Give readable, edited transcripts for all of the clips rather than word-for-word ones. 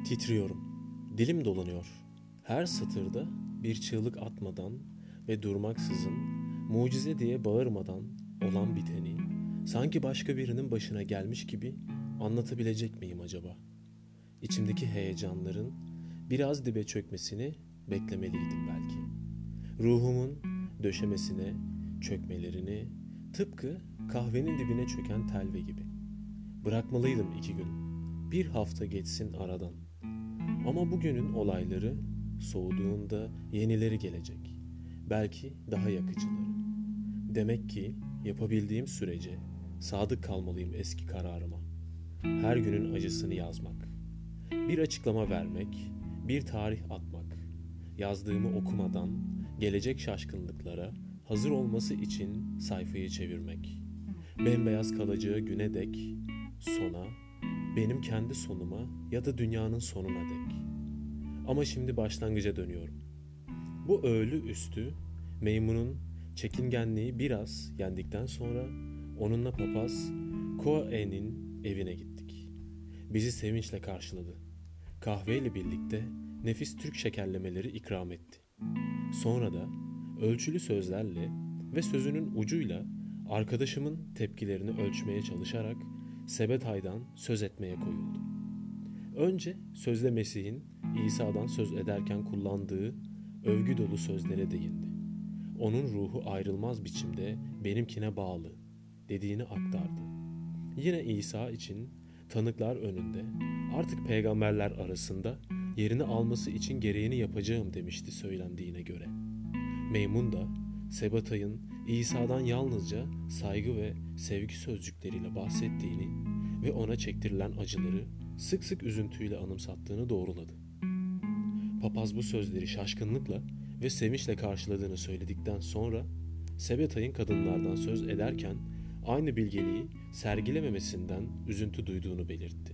Titriyorum. Dilim dolanıyor. Her satırda bir çığlık atmadan ve durmaksızın, mucize diye bağırmadan olan biteni, sanki başka birinin başına gelmiş gibi anlatabilecek miyim acaba? İçimdeki heyecanların biraz dibe çökmesini beklemeliydim belki. Ruhumun döşemesine çökmelerini tıpkı kahvenin dibine çöken telve gibi. Bırakmalıydım 2 gün. Bir hafta geçsin aradan. Ama bugünün olayları soğuduğunda yenileri gelecek. Belki daha yakıcıları. Demek ki yapabildiğim sürece sadık kalmalıyım eski kararıma. Her günün acısını yazmak. Bir açıklama vermek, bir tarih atmak. Yazdığımı okumadan gelecek şaşkınlıklara hazır olması için sayfayı çevirmek. Bembeyaz kalacağı güne dek, sona, benim kendi sonuma ya da dünyanın sonuna dek. Ama şimdi başlangıca dönüyorum. Bu öğlü üstü Meymun'un çekingenliği biraz yendikten sonra onunla papaz Koaen'in evine gittik. Bizi sevinçle karşıladı. Kahveyle birlikte nefis Türk şekerlemeleri ikram etti. Sonra da ölçülü sözlerle ve sözünün ucuyla arkadaşımın tepkilerini ölçmeye çalışarak Sebetay'dan söz etmeye koyuldu. Önce sözde Mesih'in İsa'dan söz ederken kullandığı övgü dolu sözlere değindi. Onun ruhu ayrılmaz biçimde benimkine bağlı dediğini aktardı. Yine İsa için tanıklar önünde artık peygamberler arasında yerini alması için gereğini yapacağım demişti söylendiğine göre. Meymun da Sebetay'ın İsa'dan yalnızca saygı ve sevgi sözcükleriyle bahsettiğini ve ona çektirilen acıları sık sık üzüntüyle anımsattığını doğruladı. Papaz bu sözleri şaşkınlıkla ve sevinçle karşıladığını söyledikten sonra Sebetay'ın kadınlardan söz ederken aynı bilgeliği sergilememesinden üzüntü duyduğunu belirtti.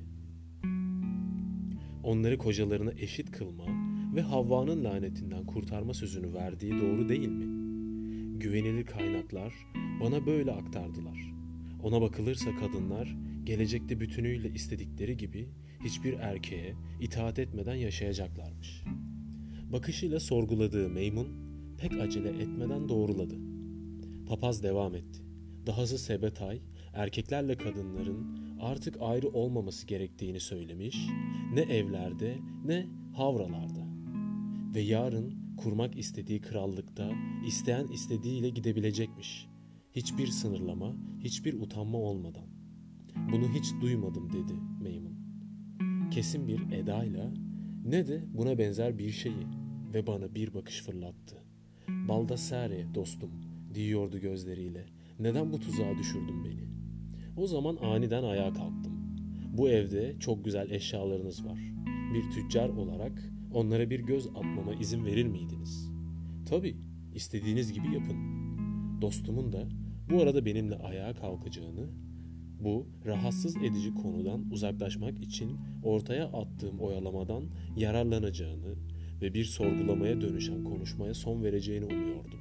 Onları kocalarına eşit kılma ve Havva'nın lanetinden kurtarma sözünü verdiği doğru değil mi? Güvenilir kaynaklar bana böyle aktardılar. Ona bakılırsa kadınlar gelecekte bütünüyle istedikleri gibi hiçbir erkeğe itaat etmeden yaşayacaklarmış. Bakışıyla sorguladığı Meymun pek acele etmeden doğruladı. Papaz devam etti. Dahası Sebetay erkeklerle kadınların artık ayrı olmaması gerektiğini söylemiş, ne evlerde ne havralarda. Ve yarın kurmak istediği krallıkta isteyen istediğiyle gidebilecekmiş. Hiçbir sınırlama, hiçbir utanma olmadan. Bunu hiç duymadım dedi Meymun. Kesin bir edayla ne de buna benzer bir şeyi ve bana bir bakış fırlattı. Baldassare dostum diyordu gözleriyle. Neden bu tuzağa düşürdün beni? O zaman aniden ayağa kalktım. Bu evde çok güzel eşyalarınız var. Bir tüccar olarak onlara bir göz atmama izin verir miydiniz? Tabii, istediğiniz gibi yapın. Dostumun da bu arada benimle ayağa kalkacağını, bu rahatsız edici konudan uzaklaşmak için ortaya attığım oyalamadan yararlanacağını ve bir sorgulamaya dönüşen konuşmaya son vereceğini umuyordum.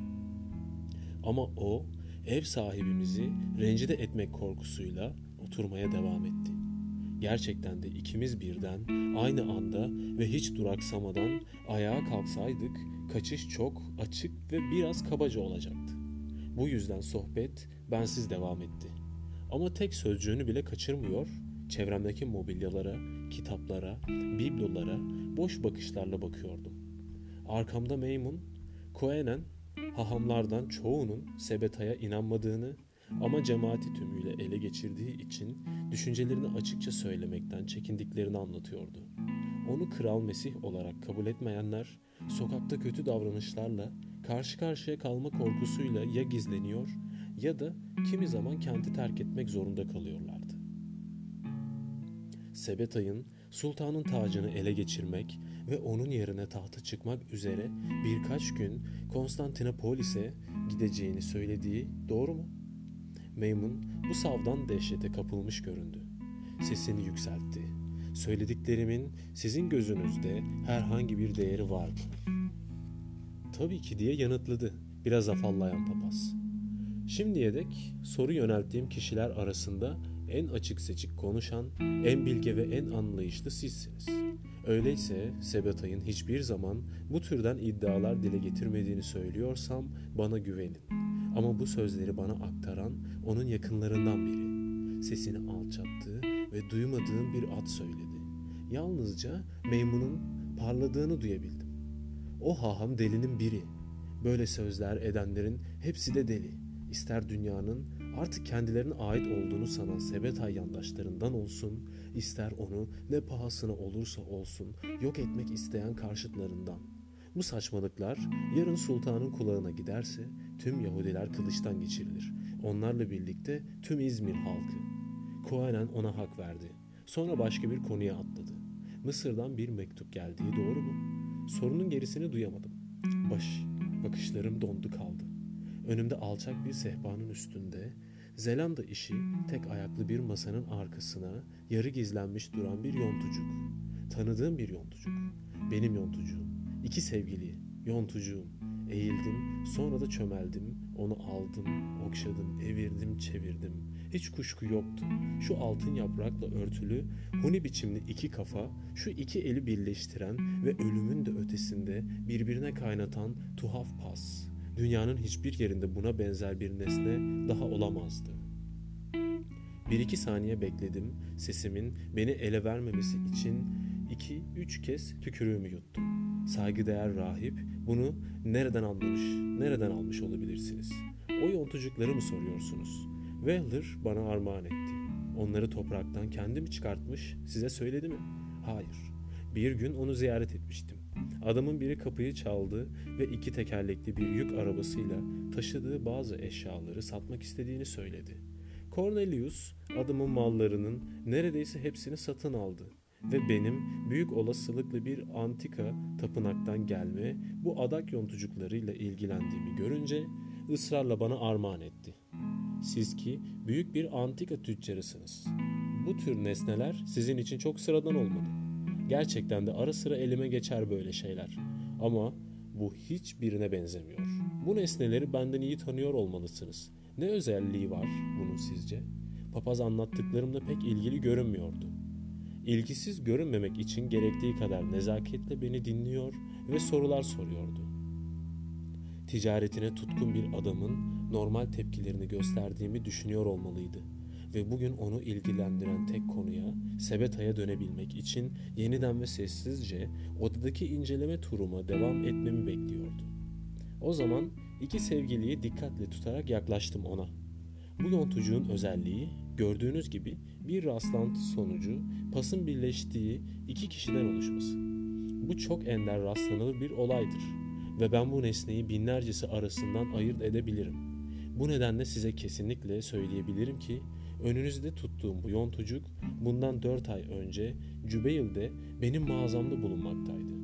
Ama o, ev sahibimizi rencide etmek korkusuyla oturmaya devam etti. Gerçekten de ikimiz birden aynı anda ve hiç duraksamadan ayağa kalksaydık kaçış çok açık ve biraz kabaca olacaktı. Bu yüzden sohbet bensiz devam etti. Ama tek sözcüğünü bile kaçırmıyor, çevremdeki mobilyalara, kitaplara, biblolara boş bakışlarla bakıyordum. Arkamda Meymun, Koenen, hahamlardan çoğunun Sebetay'a inanmadığını ama cemaati tümüyle ele geçirdiği için düşüncelerini açıkça söylemekten çekindiklerini anlatıyordu. Onu Kral Mesih olarak kabul etmeyenler, sokakta kötü davranışlarla karşı karşıya kalma korkusuyla ya gizleniyor ya da kimi zaman kenti terk etmek zorunda kalıyorlardı. Sebetay'ın sultanın tacını ele geçirmek ve onun yerine tahta çıkmak üzere birkaç gün Konstantinopolis'e gideceğini söylediği doğru mu? Meymun bu savdan dehşete kapılmış göründü. Sesini yükseltti. Söylediklerimin sizin gözünüzde herhangi bir değeri var mı? Tabii ki diye yanıtladı biraz afallayan papaz. Şimdiye dek soru yönelttiğim kişiler arasında en açık seçik konuşan, en bilge ve en anlayışlı sizsiniz. Öyleyse Sebetay'ın hiçbir zaman bu türden iddialar dile getirmediğini söylüyorsam bana güvenin. Ama bu sözleri bana aktaran onun yakınlarından biri. Sesini alçalttı ve duymadığım bir ad söyledi. Yalnızca Meymun'un parladığını duyabildim. O haham delinin biri. Böyle sözler edenlerin hepsi de deli. İster dünyanın artık kendilerine ait olduğunu sanan Sebetay yandaşlarından olsun, ister onu ne pahasına olursa olsun yok etmek isteyen karşıtlarından. Bu saçmalıklar yarın sultanın kulağına giderse tüm Yahudiler kılıçtan geçirilir. Onlarla birlikte tüm İzmir halkı. Koenen ona hak verdi. Sonra başka bir konuya atladı. Mısır'dan bir mektup geldiği doğru mu? Sorunun gerisini duyamadım. Bakışlarım dondu kaldı. Önümde alçak bir sehpanın üstünde, Zelanda işi tek ayaklı bir masanın arkasına yarı gizlenmiş duran bir yontucuk. Tanıdığım bir yontucuk. Benim yontucuğum. İki sevgili yontucuğum. Eğildim, sonra da çömeldim. Onu aldım, okşadım, evirdim, çevirdim. Hiç kuşku yoktu. Şu altın yaprakla örtülü, huni biçimli iki kafa, şu iki eli birleştiren ve ölümün de ötesinde birbirine kaynatan tuhaf pas. Dünyanın hiçbir yerinde buna benzer bir nesne daha olamazdı. Bir iki saniye bekledim. Sesimin beni ele vermemesi için 2-3 kez tükürüğümü yuttum. Saygıdeğer rahip bunu nereden almış olabilirsiniz? O yontucukları mı soruyorsunuz? Wehler bana armağan etti. Onları topraktan kendi mi çıkartmış, size söyledi mi? Hayır. Bir gün onu ziyaret etmiştim. Adamın biri kapıyı çaldı ve iki tekerlekli bir yük arabasıyla taşıdığı bazı eşyaları satmak istediğini söyledi. Cornelius adamın mallarının neredeyse hepsini satın aldı ve benim büyük olasılıkla bir antika tapınaktan gelme bu adak yontucuklarıyla ilgilendiğimi görünce ısrarla bana armağan etti. Siz ki büyük bir antika tüccarısınız. Bu tür nesneler sizin için çok sıradan olmalı. Gerçekten de ara sıra elime geçer böyle şeyler. Ama bu hiçbirine benzemiyor. Bu nesneleri benden iyi tanıyor olmalısınız. Ne özelliği var bunun sizce? Papaz anlattıklarımla pek ilgili görünmüyordu. İlgisiz görünmemek için gerektiği kadar nezaketle beni dinliyor ve sorular soruyordu. Ticaretine tutkun bir adamın normal tepkilerini gösterdiğimi düşünüyor olmalıydı. Ve bugün onu ilgilendiren tek konuya, Sebetay'a dönebilmek için yeniden ve sessizce odadaki inceleme turuma devam etmemi bekliyordu. O zaman iki sevgiliyi dikkatle tutarak yaklaştım ona. Bu yontucuğun özelliği, gördüğünüz gibi bir rastlantı sonucu pasın birleştiği iki kişiden oluşması. Bu çok ender rastlanır bir olaydır ve ben bu nesneyi binlercesi arasından ayırt edebilirim. Bu nedenle size kesinlikle söyleyebilirim ki önünüzde tuttuğum bu yontucuk bundan 4 ay önce Cübeyl'de benim mağazamda bulunmaktaydı.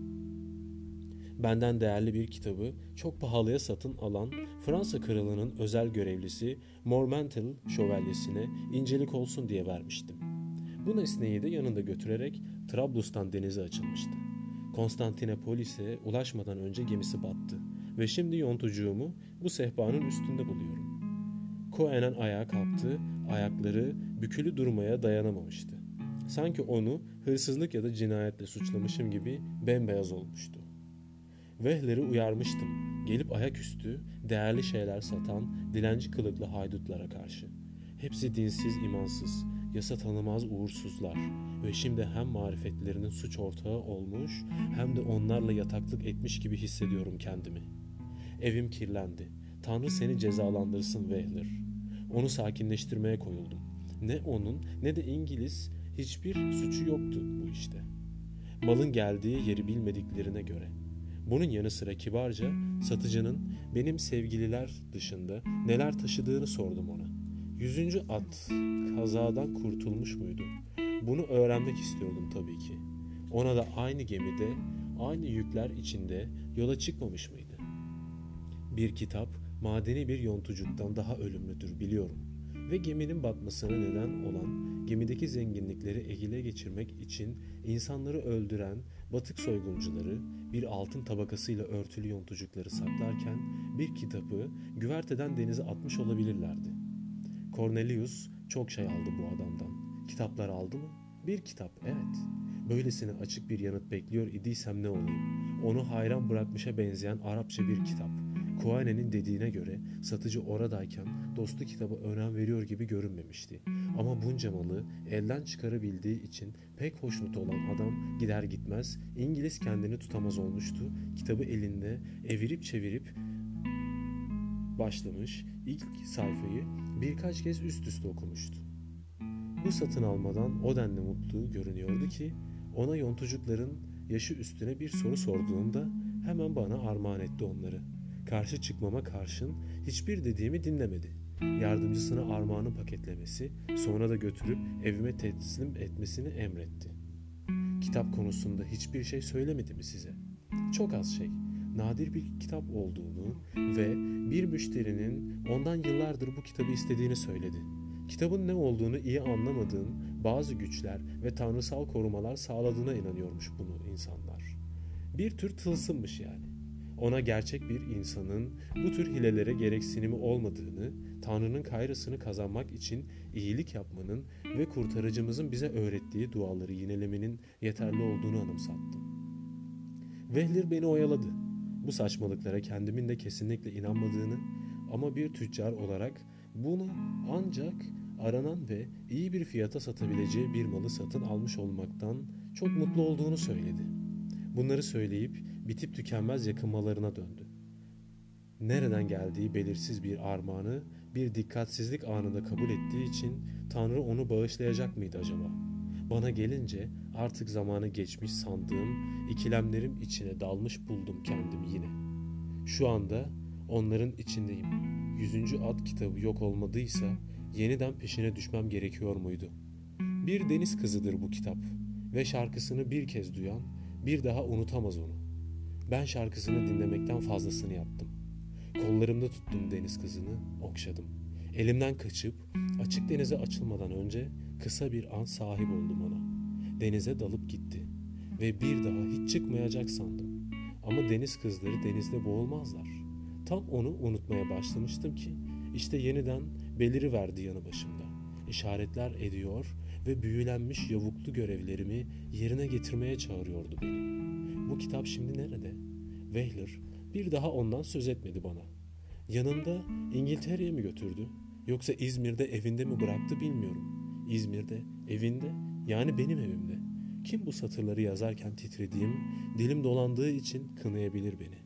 Benden değerli bir kitabı çok pahalıya satın alan Fransa kralının özel görevlisi Mormentel şövalyesine incelik olsun diye vermiştim. Bu nesneyi de yanında götürerek Trablus'tan denize açılmıştı. Konstantinopolis'e ulaşmadan önce gemisi battı ve şimdi yontucuğumu bu sehpanın üstünde buluyorum. Koenen ayağa kalktı, ayakları bükülü durmaya dayanamamıştı. Sanki onu hırsızlık ya da cinayetle suçlamışım gibi bembeyaz olmuştu. Vehler'i uyarmıştım, gelip ayaküstü değerli şeyler satan dilenci kılıklı haydutlara karşı. Hepsi dinsiz, imansız, yasa tanımaz uğursuzlar ve şimdi hem marifetlerinin suç ortağı olmuş hem de onlarla yataklık etmiş gibi hissediyorum kendimi. Evim kirlendi. Tanrı seni cezalandırsın Wehler. Onu sakinleştirmeye koyuldum. Ne onun ne de İngiliz hiçbir suçu yoktu bu işte. Malın geldiği yeri bilmediklerine göre. Bunun yanı sıra kibarca satıcının benim sevgililer dışında neler taşıdığını sordum ona. 100. at kazadan kurtulmuş muydu? Bunu öğrenmek istiyordum tabii ki. Ona da aynı gemide, aynı yükler içinde yola çıkmamış mıydı? Bir kitap, madeni bir yontucuktan daha ölümlüdür biliyorum. Ve geminin batmasına neden olan, gemideki zenginlikleri ele geçirmek için insanları öldüren batık soyguncuları bir altın tabakasıyla örtülü yontucukları saklarken bir kitabı güverteden denize atmış olabilirlerdi. Cornelius çok şey aldı bu adamdan. Kitaplar aldı mı? Bir kitap, evet. Böylesine açık bir yanıt bekliyor idiysem ne olayım? Onu hayran bırakmışa benzeyen Arapça bir kitap. Kuane'nin dediğine göre satıcı oradayken dostu kitaba önem veriyor gibi görünmemişti. Ama bunca malı elden çıkarabildiği için pek hoşnut olan adam gider gitmez İngiliz kendini tutamaz olmuştu. Kitabı elinde evirip çevirip başlamış, ilk sayfayı birkaç kez üst üste okumuştu. Bu satın almadan o denli mutlu görünüyordu ki ona yontucukların yaşı üstüne bir soru sorduğumda hemen bana armağan etti onları. Karşı çıkmama karşın hiçbir dediğimi dinlemedi. Yardımcısına armağanı paketlemesi, sonra da götürüp evime teslim etmesini emretti. Kitap konusunda hiçbir şey söylemedi mi size? Çok az şey. Nadir bir kitap olduğunu ve bir müşterinin ondan yıllardır bu kitabı istediğini söyledi. Kitabın ne olduğunu iyi anlamadığım bazı güçler ve tanrısal korumalar sağladığına inanıyormuş bunu insanlar. Bir tür tılsımmış yani. Ona gerçek bir insanın bu tür hilelere gereksinimi olmadığını, Tanrı'nın kayrasını kazanmak için iyilik yapmanın ve kurtarıcımızın bize öğrettiği duaları yinelemenin yeterli olduğunu anımsattım. Wehler beni oyaladı. Bu saçmalıklara kendimin de kesinlikle inanmadığını ama bir tüccar olarak bunu ancak aranan ve iyi bir fiyata satabileceği bir malı satın almış olmaktan çok mutlu olduğunu söyledi. Bunları söyleyip bitip tükenmez yakınmalarına döndü. Nereden geldiği belirsiz bir armağanı bir dikkatsizlik anında kabul ettiği için Tanrı onu bağışlayacak mıydı acaba? Bana gelince artık zamanı geçmiş sandığım ikilemlerim içine dalmış buldum kendimi yine. Şu anda onların içindeyim. 100. Ad kitabı yok olmadıysa yeniden peşine düşmem gerekiyor muydu? Bir deniz kızıdır bu kitap ve şarkısını bir kez duyan bir daha unutamaz onu. Ben şarkısını dinlemekten fazlasını yaptım. Kollarımda tuttum deniz kızını, okşadım. Elimden kaçıp açık denize açılmadan önce kısa bir an sahip oldum ona. Denize dalıp gitti ve bir daha hiç çıkmayacak sandım. Ama deniz kızları denizde boğulmazlar. Tam onu unutmaya başlamıştım ki işte yeniden beliriverdi yanı başımda. İşaretler ediyor ve büyülenmiş yavuklu görevlerimi yerine getirmeye çağırıyordu beni. Bu kitap şimdi nerede? Wehler bir daha ondan söz etmedi bana. Yanında İngiltere'ye mi götürdü? Yoksa İzmir'de evinde mi bıraktı bilmiyorum. İzmir'de, evinde, yani benim evimde. Kim bu satırları yazarken titrediğim, dilim dolandığı için kınayabilir beni.